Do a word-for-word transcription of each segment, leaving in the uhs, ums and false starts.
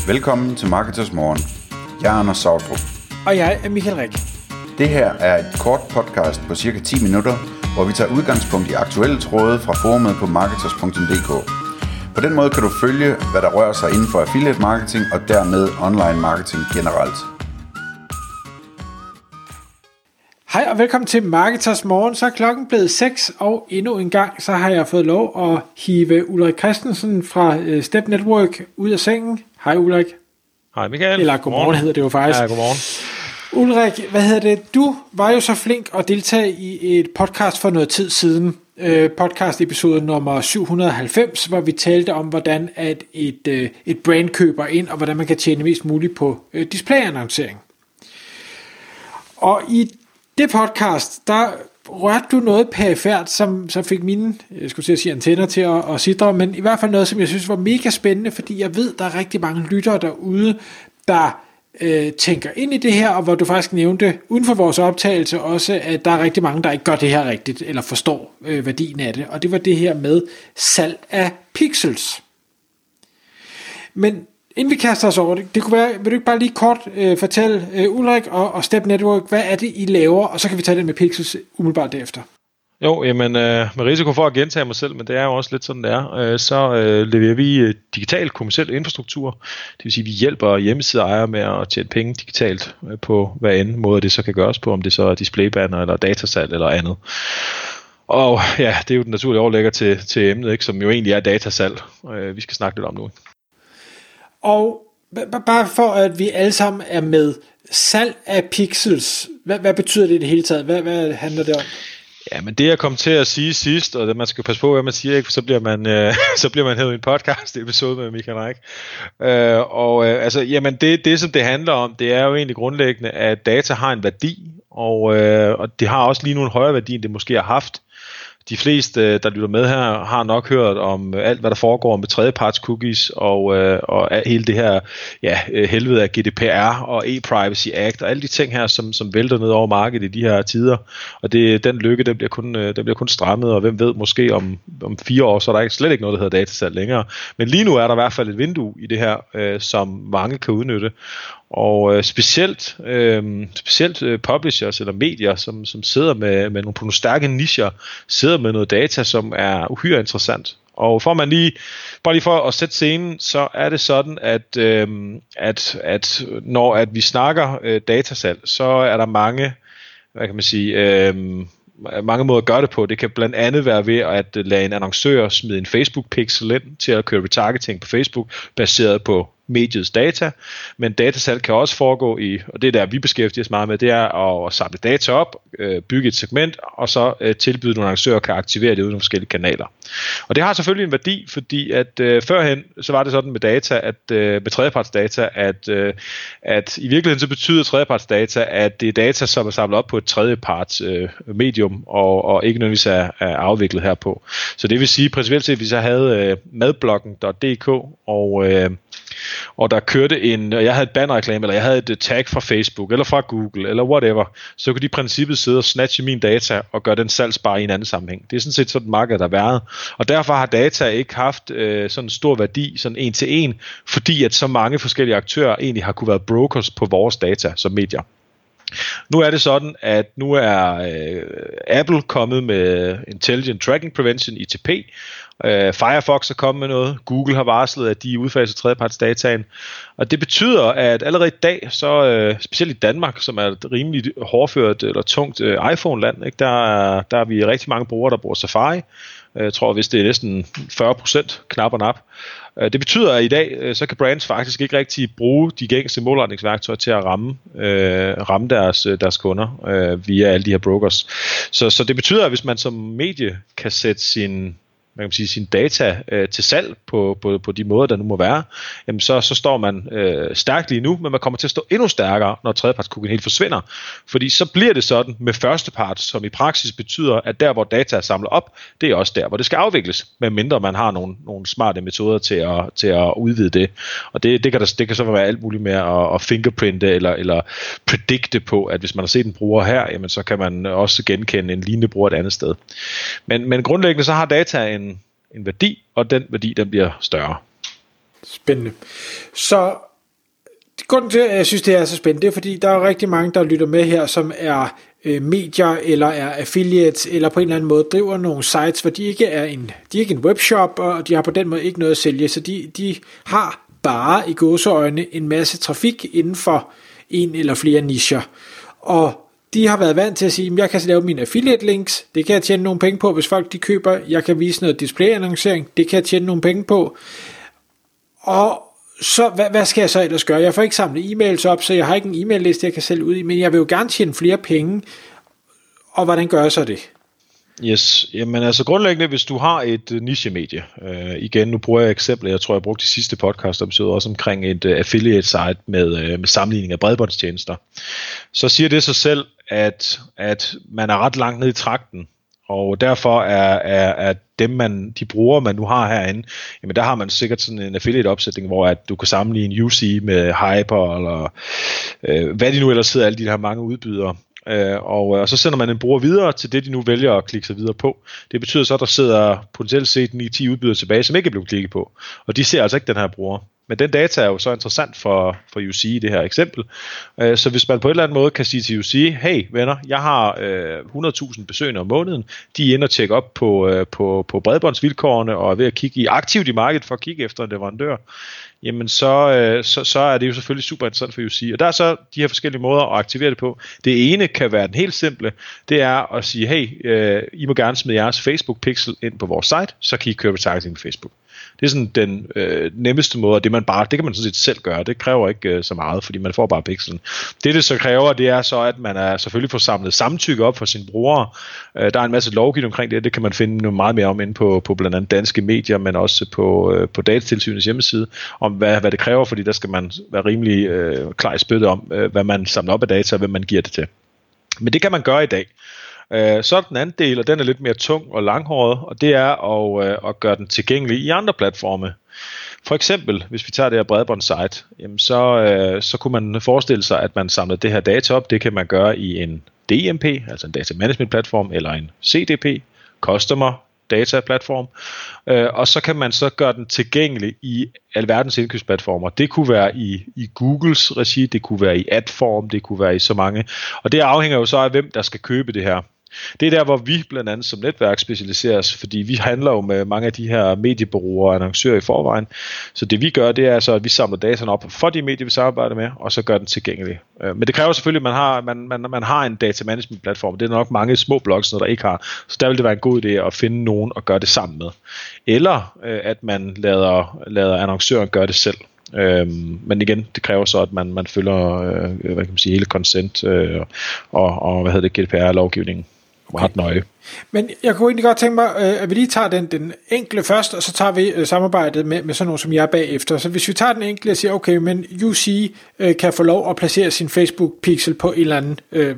Velkommen til Marketers Morgen. Jeg er Anders Sautrup. Og jeg er Michael Rik. Det her er et kort podcast på cirka ti minutter, hvor vi tager udgangspunkt i aktuelle tråde fra forumet på marketers punktum d k. På den måde kan du følge, hvad der rører sig inden for affiliate marketing og dermed online marketing generelt. Hej og velkommen til Marketers Morgen. Så er klokken blevet seks, og endnu en gang så har jeg fået lov at hive Ulrik Christensen fra Step Network ud af sengen. Hej Ulrik. Hej Michael. Eller godmorgen hedder det jo faktisk. Ja, godmorgen. Ulrik, hvad hedder det? Du var jo så flink at deltage i et podcast for noget tid siden. Øh, podcast episode nummer syv hundrede og halvfems, hvor vi talte om, hvordan at et, øh, et brand køber ind, og hvordan man kan tjene mest muligt på øh, displayannoncering. Og i det podcast, der rørte du noget perifært, som, som fik mine, jeg skulle til at sige antenner til at, at sidre, men i hvert fald noget, som jeg synes var mega spændende, fordi jeg ved, der er rigtig mange lyttere derude, der øh, tænker ind i det her, og hvor du faktisk nævnte, uden for vores optagelse også, at der er rigtig mange, der ikke gør det her rigtigt, eller forstår øh, værdien af det, og det var det her med salg af pixels. Men inden vi kaster os over det, det kunne være, vil du ikke bare lige kort øh, fortælle øh, Ulrik og, og Step Network, hvad er det I laver, og så kan vi tage det med pixels umiddelbart derefter. Jo, jamen øh, med risiko for at gentage mig selv, men det er jo også lidt sådan det er, øh, så øh, leverer vi øh, digital kommerciel infrastruktur, det vil sige, vi hjælper hjemmesideejere med at tjene penge digitalt øh, på hvad end måde det så kan gøres på, om det så er displaybanner eller datasalg eller andet. Og ja, det er jo den naturlige overlægger til, til emnet, ikke, som jo egentlig er datasalg, øh, vi skal snakke lidt om nu. Og bare for at vi alle sammen er med, salg af pixels, hvad, hvad betyder det i det hele taget? Hvad, hvad handler det om? Ja, men det jeg kom til at sige sidst, og det, man skal passe på, hvad man siger, ikke? For så bliver man, øh, så bliver man hævet i en podcast episode med Michael Rik. Øh, og øh, altså, jamen det, det som det handler om, det er jo egentlig grundlæggende, at data har en værdi, og, øh, og det har også lige nu en højere værdi, end det måske har haft. De fleste, der lytter med her, har nok hørt om alt, hvad der foregår med tredjeparts cookies og, øh, og hele det her ja, helvede af G D P R og e-Privacy Act og alle de ting her, som, som vælter ned over markedet i de her tider. Og det, den lykke, den bliver, kun, den bliver kun strammet, og hvem ved, måske om, om fire år, så er der ikke, slet ikke noget, der hedder datasalg længere. Men lige nu er der i hvert fald et vindue i det her, øh, som mange kan udnytte. Og øh, specielt, øh, specielt øh, publishers eller medier, som, som sidder med, med nogle, på nogle stærke nicher, sidder med noget data, som er uhyre interessant. Og for man lige, bare lige for at sætte scenen, så er det sådan, at, øh, at, at når at vi snakker øh, datasalg, så er der mange, hvad kan man sige, øh, mange måder at gøre det på. Det kan blandt andet være ved at lade en annoncør smide en Facebook-pixel ind til at køre retargeting på Facebook, baseret på mediets data, men datasalg kan også foregå i, og det der vi beskæftiger os meget med, det er at samle data op, bygge et segment, og så tilbyde nogle annoncører kan aktivere det ud i nogle forskellige kanaler. Og det har selvfølgelig en værdi, fordi at øh, førhen, så var det sådan med data, at øh, med tredjepartsdata, at, øh, at i virkeligheden så betyder tredjepartsdata, at det er data, som er samlet op på et tredjeparts øh, medium, og, og ikke nødvendigvis er, er afviklet herpå. Så det vil sige, principielt set, hvis jeg havde øh, madbloggen punktum d k, og øh, og der kørte en, og jeg havde et bannerreklame, eller jeg havde et tag fra Facebook, eller fra Google, eller whatever, så kunne de i princippet sidde og snatche min data, og gøre den salgsbar i en anden sammenhæng. Det er sådan set sådan et marked, der har været. Og derfor har data ikke haft øh, sådan en stor værdi, sådan en til en, fordi at så mange forskellige aktører egentlig har kunne være brokers på vores data som medier. Nu er det sådan, at nu er øh, Apple kommet med Intelligent Tracking Prevention, I T P. Øh, Firefox er kommet med noget. Google har varslet, at de udfaser tredjepartsdataen. Og det betyder, at allerede i dag, så øh, specielt i Danmark, som er et rimelig hårdført eller tungt øh, iPhone-land, ikke, der, er, der er vi rigtig mange brugere, der bruger Safari. Jeg tror, hvis det er næsten fyrre procent knap og nap. Det betyder, at i dag, så kan brands faktisk ikke rigtig bruge de gængse målretningsværktøjer til at ramme, øh, ramme deres, deres kunder øh, via alle de her brokers. Så, så det betyder, at hvis man som medie kan sætte sin, man kan sige, sin data øh, til salg på, på, på de måder, der nu må være, jamen så, så står man øh, stærkt lige nu, men man kommer til at stå endnu stærkere, når tredjepartscookien helt forsvinder. Fordi så bliver det sådan med førstepart, som i praksis betyder, at der, hvor data er samlet op, det er også der, hvor det skal afvikles, medmindre man har nogle, nogle smarte metoder til at, til at udvide det. Og det, det, kan, der, det kan så være alt muligt med at, at fingerprinte eller, eller predikte på, at hvis man har set en bruger her, jamen så kan man også genkende en lignende bruger et andet sted. Men, men grundlæggende så har data en en værdi, og den værdi, den bliver større. Spændende. Så grunden til, at jeg synes, det er så spændende, det er, fordi der er rigtig mange, der lytter med her, som er øh, medier, eller er affiliates, eller på en eller anden måde driver nogle sites, hvor de ikke er en, de er ikke en webshop, og de har på den måde ikke noget at sælge, så de, de har bare i gåseøjne en masse trafik inden for en eller flere nicher. Og de har været vant til at sige, at jeg kan lave mine affiliate links, det kan jeg tjene nogle penge på, hvis folk de køber, jeg kan vise noget display-annoncering, det kan jeg tjene nogle penge på. Og så hvad, hvad skal jeg så ellers gøre? Jeg får ikke samlet e-mails op, så jeg har ikke en e-mail-liste, jeg kan sælge ud i, men jeg vil jo gerne tjene flere penge, og hvordan gør jeg så det? Yes, jamen altså grundlæggende, hvis du har et uh, niche-medie, uh, igen, nu bruger jeg eksempler, jeg tror jeg brugte de sidste podcast-episoder også omkring et uh, affiliate-site med, uh, med sammenligning af bredbåndstjenester, så siger det sig selv, at, at man er ret langt ned i trakten, og derfor er, er, er dem, man, de brugere, man nu har herinde, jamen der har man sikkert sådan en affiliate-opsætning, hvor at du kan sammenligne U C med Hyper, eller uh, hvad de nu ellers hedder, alle de her mange udbydere. Uh, og, og så sender man en bruger videre til det, de nu vælger at klikke sig videre på. Det betyder så, at der sidder potentielt set ni til ti udbydere tilbage, som ikke er blevet klikket på. Og de ser altså ikke den her bruger. Men den data er jo så interessant for, for U C i det her eksempel. Uh, så hvis man på en eller anden måde kan sige til U C, hey venner, jeg har uh, hundrede tusind besøgende om måneden, de er inde og tjekke op på, uh, på, på bredbåndsvilkårene og er ved at kigge i aktivt i markedet for at kigge efter en leverandør, jamen så, øh, så, så er det jo selvfølgelig super interessant for U C. Og der er så de her forskellige måder at aktivere det på. Det ene kan være den helt simple, det er at sige, hey, øh, I må gerne smide jeres Facebook-pixel ind på vores site, så kan I køre retargeting på Facebook. Det er sådan den øh, nemmeste måde, og det, man bare, det kan man sådan set selv gøre. Det kræver ikke øh, så meget, fordi man får bare pixelen. Det, det så kræver, det er så, at man er selvfølgelig får samlet samtykke op for sine brugere. Øh, der er en masse lovgivning omkring det, det kan man finde noget meget mere om inde på, på blandt andet danske medier, men også på, øh, på Datatilsynets hjemmeside, om hvad, hvad det kræver, fordi der skal man være rimelig øh, klar i spyttet om, øh, hvad man samler op af data, og hvem man giver det til. Men det kan man gøre i dag. Så er den anden del, og den er lidt mere tung og langhåret, og det er at, at gøre den tilgængelig i andre platforme. For eksempel, hvis vi tager det her bredbåndssite, jamen så, så kunne man forestille sig, at man samler det her data op. Det kan man gøre i en D M P, altså en data management platform, eller en C D P, Customer Data Platform, og så kan man så gøre den tilgængelig i alverdens indkøbsplatformer. Det kunne være i, i Googles regi, det kunne være i Adform, det kunne være i så mange, og det afhænger jo så af, hvem der skal købe det her. Det er der, hvor vi blandt andet som netværk specialiserer os, fordi vi handler jo med mange af de her mediebureauer og annoncører i forvejen. Så det vi gør, det er så, at vi samler dataen op for de medier, vi samarbejder med, og så gør den tilgængelig. Men det kræver selvfølgelig, at man har, man, man, man har en data management platform. Det er nok mange små blogs, der ikke har. Så der vil det være en god idé at finde nogen og gøre det sammen med. Eller at man lader, lader annoncøren gøre det selv. Øhm, men igen, det kræver så, at man, man følger øh, hvad kan man sige, hele consent øh, og, og hvad hedder det, G D P R-lovgivningen. Okay. Ret nøje. Men jeg kunne egentlig godt tænke mig, at vi lige tager den, den enkle først, og så tager vi samarbejdet med, med sådan nogen som jeg bagefter. Så hvis vi tager den enkle og siger, okay, men U C øh, kan få lov at placere sin Facebook-pixel på en eller anden øh,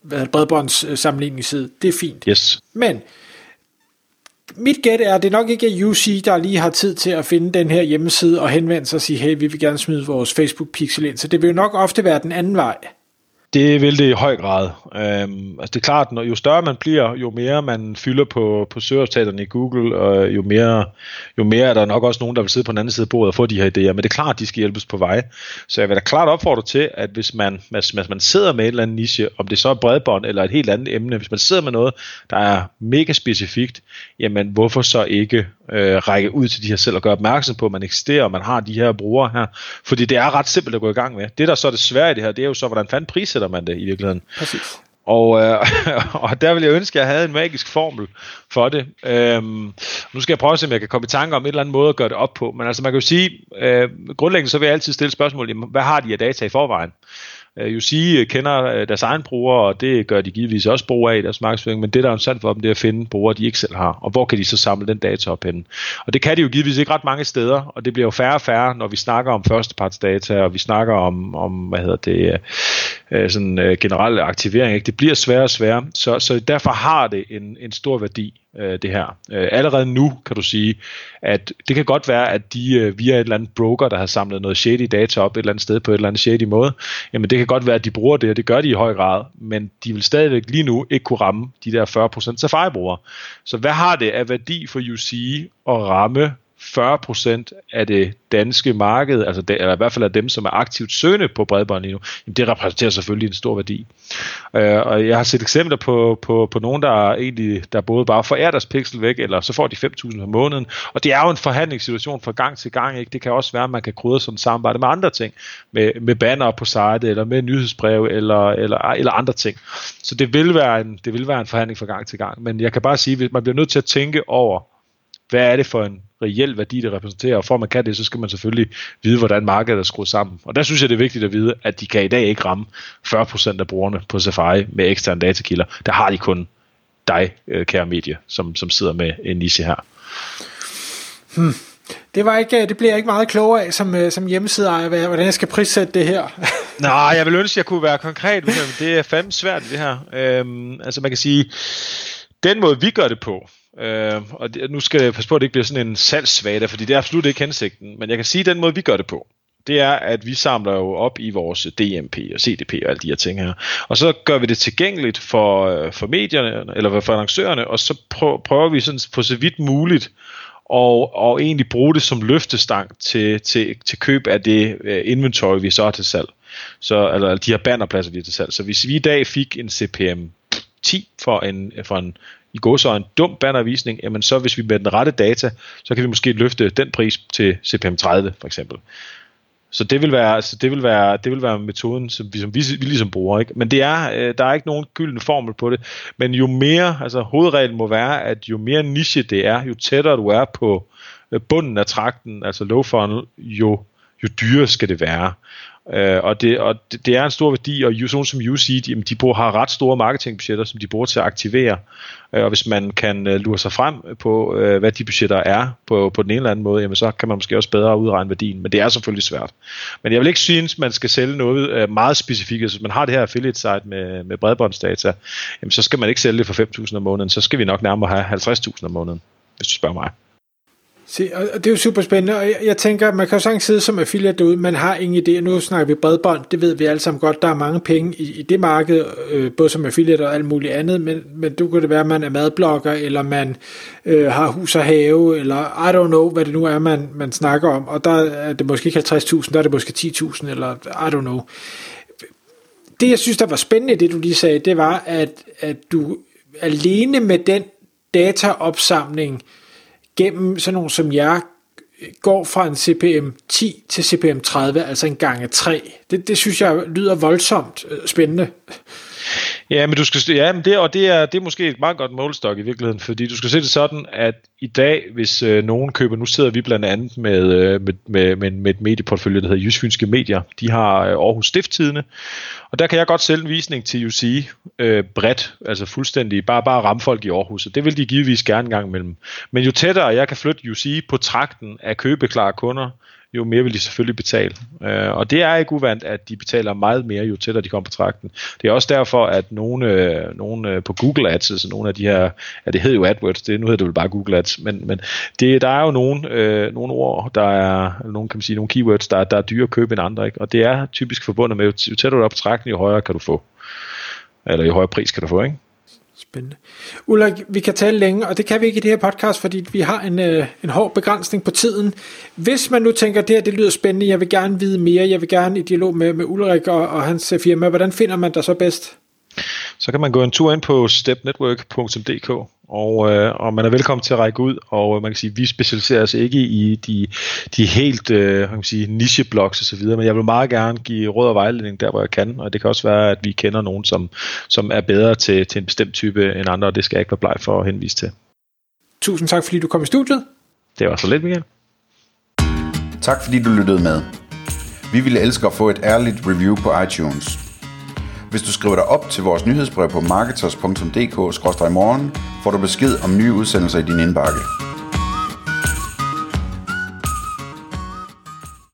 bredbåndssammenligningsside, det er fint. Yes. Men mit gæt er, at det nok ikke er U C, der lige har tid til at finde den her hjemmeside og henvende sig og sige, hey, vi vil gerne smide vores Facebook-pixel ind. Så det vil jo nok ofte være den anden vej. Det vil det i høj grad. Øhm, altså det er klart, når jo større man bliver, jo mere man fylder på, på søgeresultaterne i Google, og jo mere, jo mere er der nok også nogen, der vil sidde på den anden side af bordet og få de her idéer. Men det er klart, at de skal hjælpes på vej. Så jeg vil da klart opfordre til, at hvis man, hvis man sidder med et eller andet niche, om det så er bredbånd eller et helt andet emne, hvis man sidder med noget, der er mega specifikt, jamen hvorfor så ikke øh, række ud til de her selv og gøre opmærksom på, at man eksisterer, og man har de her brugere her. Fordi det er ret simpelt at gå i gang med. Det, der så er det svære i det her, det er jo så, hvordan fanden prissætter man det i virkeligheden. Præcis. Og, øh, og der vil jeg ønske, at jeg havde en magisk formel for det. Øhm, nu skal jeg prøve at se, om jeg kan komme i tanke om en eller anden måde at gøre det op på. Men altså man kan jo sige, øh, grundlæggende så vil jeg altid stille spørgsmål, jamen, hvad har de af data i forvejen? U C kender deres egen brugere, og det gør de givetvis også brug af i deres markedsføring, men det der er interessant for dem, det er at finde brugere, de ikke selv har, og hvor kan de så samle den data op henne? Og det kan de jo givetvis ikke ret mange steder, og det bliver jo færre og færre, når vi snakker om førstepartsdata, og vi snakker om, om hvad hedder det, sådan generel aktivering, ikke? Det bliver sværere og sværere, så, så derfor har det en, en stor værdi, det her. Allerede nu kan du sige, at det kan godt være, at de via et eller andet broker, der har samlet noget shady data op et eller andet sted på et eller andet shady måde, jamen det kan godt være, at de bruger det, og det gør de i høj grad, men de vil stadigvæk lige nu ikke kunne ramme de der fyrre procent Safari-brugere. Så hvad har det af værdi for U C at ramme fyrre procent af det danske marked, altså det, eller i hvert fald af dem, som er aktivt søgende på bredbånd lige nu, jamen det repræsenterer selvfølgelig en stor værdi. Øh, og jeg har set eksempler på, på, på nogen, der egentlig der både bare forærer deres pixel væk, eller så får de fem tusind om måneden. Og det er jo en forhandlingssituation fra gang til gang. Ikke? Det kan også være, at man kan krydre sådan samarbejde med andre ting, med, med banner på sitet, eller med nyhedsbrev, eller, eller, eller andre ting. Så det vil, være en, det vil være en forhandling fra gang til gang. Men jeg kan bare sige, at man bliver nødt til at tænke over, hvad er det for en reel værdi, det repræsenterer, og for at man kan det, så skal man selvfølgelig vide, hvordan markedet er skruet sammen. Og der synes jeg, det er vigtigt at vide, at de kan i dag ikke ramme fyrre procent af brugerne på Safari med eksterne datakilder. Der har de kun dig, kære medie, som, som sidder med en niche her. Hmm. Det, var ikke, det bliver jeg ikke meget klogere af som, som hjemmesideejer, hvordan jeg skal prissætte det her. Nej, jeg vil ønske, at jeg kunne være konkret, men det er fandme svært det her. Øhm, altså man kan sige, den måde vi gør det på, øh, og det, nu skal jeg passe på, at det ikke bliver sådan en salgssvada, fordi det er absolut ikke hensigten, men jeg kan sige, at den måde vi gør det på, det er, at vi samler jo op i vores D M P og C D P og alle de her ting her, og så gør vi det tilgængeligt for, for medierne, eller for annoncørerne, og så prøver vi sådan på så vidt muligt Og, og egentlig bruge det som løftestang til, til, til køb af det uh, inventory, vi så har til salg. Så, eller de her bannerpladser, vi har til salg. Så hvis vi i dag fik en C P M ti for en, for en i går så en dum bannervisning, jamen så hvis vi med den rette data, så kan vi måske løfte den pris til C P M tredive for eksempel. Så det vil være, altså det vil være, det vil være metoden, som vi, som vi, vi ligesom bruger, ikke? Men det er, øh, der er ikke nogen gylden formel på det. Men jo mere, altså hovedreglen må være, at jo mere niche det er, jo tættere du er på bunden af trakten, altså low funnel, jo, jo dyrere skal det være. Uh, og, det, og det, det er en stor værdi, og sådan som U C, de, de bruger, har ret store marketingbudgetter, som de bruger til at aktivere, uh, og hvis man kan uh, lure sig frem på, uh, hvad de budgetter er på, på den ene eller anden måde, jamen så kan man måske også bedre udregne værdien, men det er selvfølgelig svært. Men jeg vil ikke synes, man skal sælge noget uh, meget specifikt, altså hvis man har det her affiliate site med, med bredbåndsdata, jamen så skal man ikke sælge det for fem tusind om måneden, så skal vi nok nærmere have halvtreds tusind om måneden, hvis du spørger mig. Se, og det er jo super spændende, og jeg, jeg tænker, man kan jo sagtens sidde som affiliate derude, man har ingen idé, nu snakker vi bredbånd, det ved vi alle sammen godt, der er mange penge i, i det marked, øh, både som affiliate og alt muligt andet, men, men du kan det være, at man er madblogger, eller man øh, har hus og have, eller I don't know, hvad det nu er, man, man snakker om, og der er det måske ikke halvtreds tusind, der er det måske ti tusind, eller I don't know. Det, jeg synes, der var spændende i det, du lige sagde, det var, at, at du alene med den dataopsamling, gennem sådan nogle som jeg, går fra en C P M ti til C P M tredive, altså en gange tre. Det, det synes jeg lyder voldsomt spændende. Ja, men du skal, ja, men det, og det er, det er måske et meget godt målestok i virkeligheden, fordi du skal se det sådan, at i dag, hvis øh, nogen køber, nu sidder vi blandt andet med, øh, med, med, med, med et medieportfølje, der hedder Jysfynske Medier, de har øh, Aarhus Stiftstidende, og der kan jeg godt sælge en visning til U C øh, bredt, altså fuldstændig, bare, bare ramme folk i Aarhus, og det vil de givetvis gerne en gang imellem. Men jo tættere jeg kan flytte U C på trakten af købeklare kunder, jo mere vil de selvfølgelig betale. Øh, og det er ikke uvandt, at de betaler meget mere, jo tættere de kommer på trakten. Det er også derfor, at nogle, øh, nogle øh, på Google Ads, altså nogle af de her, ja, det hedder jo AdWords, det, nu hedder det vel bare Google Ads, men, men det, der er jo nogle, øh, nogle ord, der er, nogle, kan man sige, nogle keywords, der, der er dyre at købe end andre, ikke? Og det er typisk forbundet med, jo tættere du er på trakten, jo højere kan du få. Eller jo højere pris kan du få, ikke? Spændende. Ulrik, vi kan tale længe, og det kan vi ikke i det her podcast, fordi vi har en, øh, en hård begrænsning på tiden. Hvis man nu tænker, det her det lyder spændende, jeg vil gerne vide mere, jeg vil gerne i dialog med, med Ulrik og, og hans firma, hvordan finder man dig så bedst? Så kan man gå en tur ind på step network punktum d k, og, øh, og man er velkommen til at række ud, og man kan sige, vi specialiserer os ikke i de, de helt øh, kan man sige, niche-blogs og så videre, men jeg vil meget gerne give råd og vejledning der, hvor jeg kan, og det kan også være, at vi kender nogen, som, som er bedre til, til en bestemt type end andre, og det skal jeg ikke være bleg for at henvise til. Tusind tak, fordi du kom i studiet. Det var så lidt, Michael. Tak fordi du lyttede med. Vi ville elske at få et ærligt review på iTunes. Hvis du skriver dig op til vores nyhedsbrev på marketers punktum d k skråstreg morgen, får du besked om nye udsendelser i din indbakke.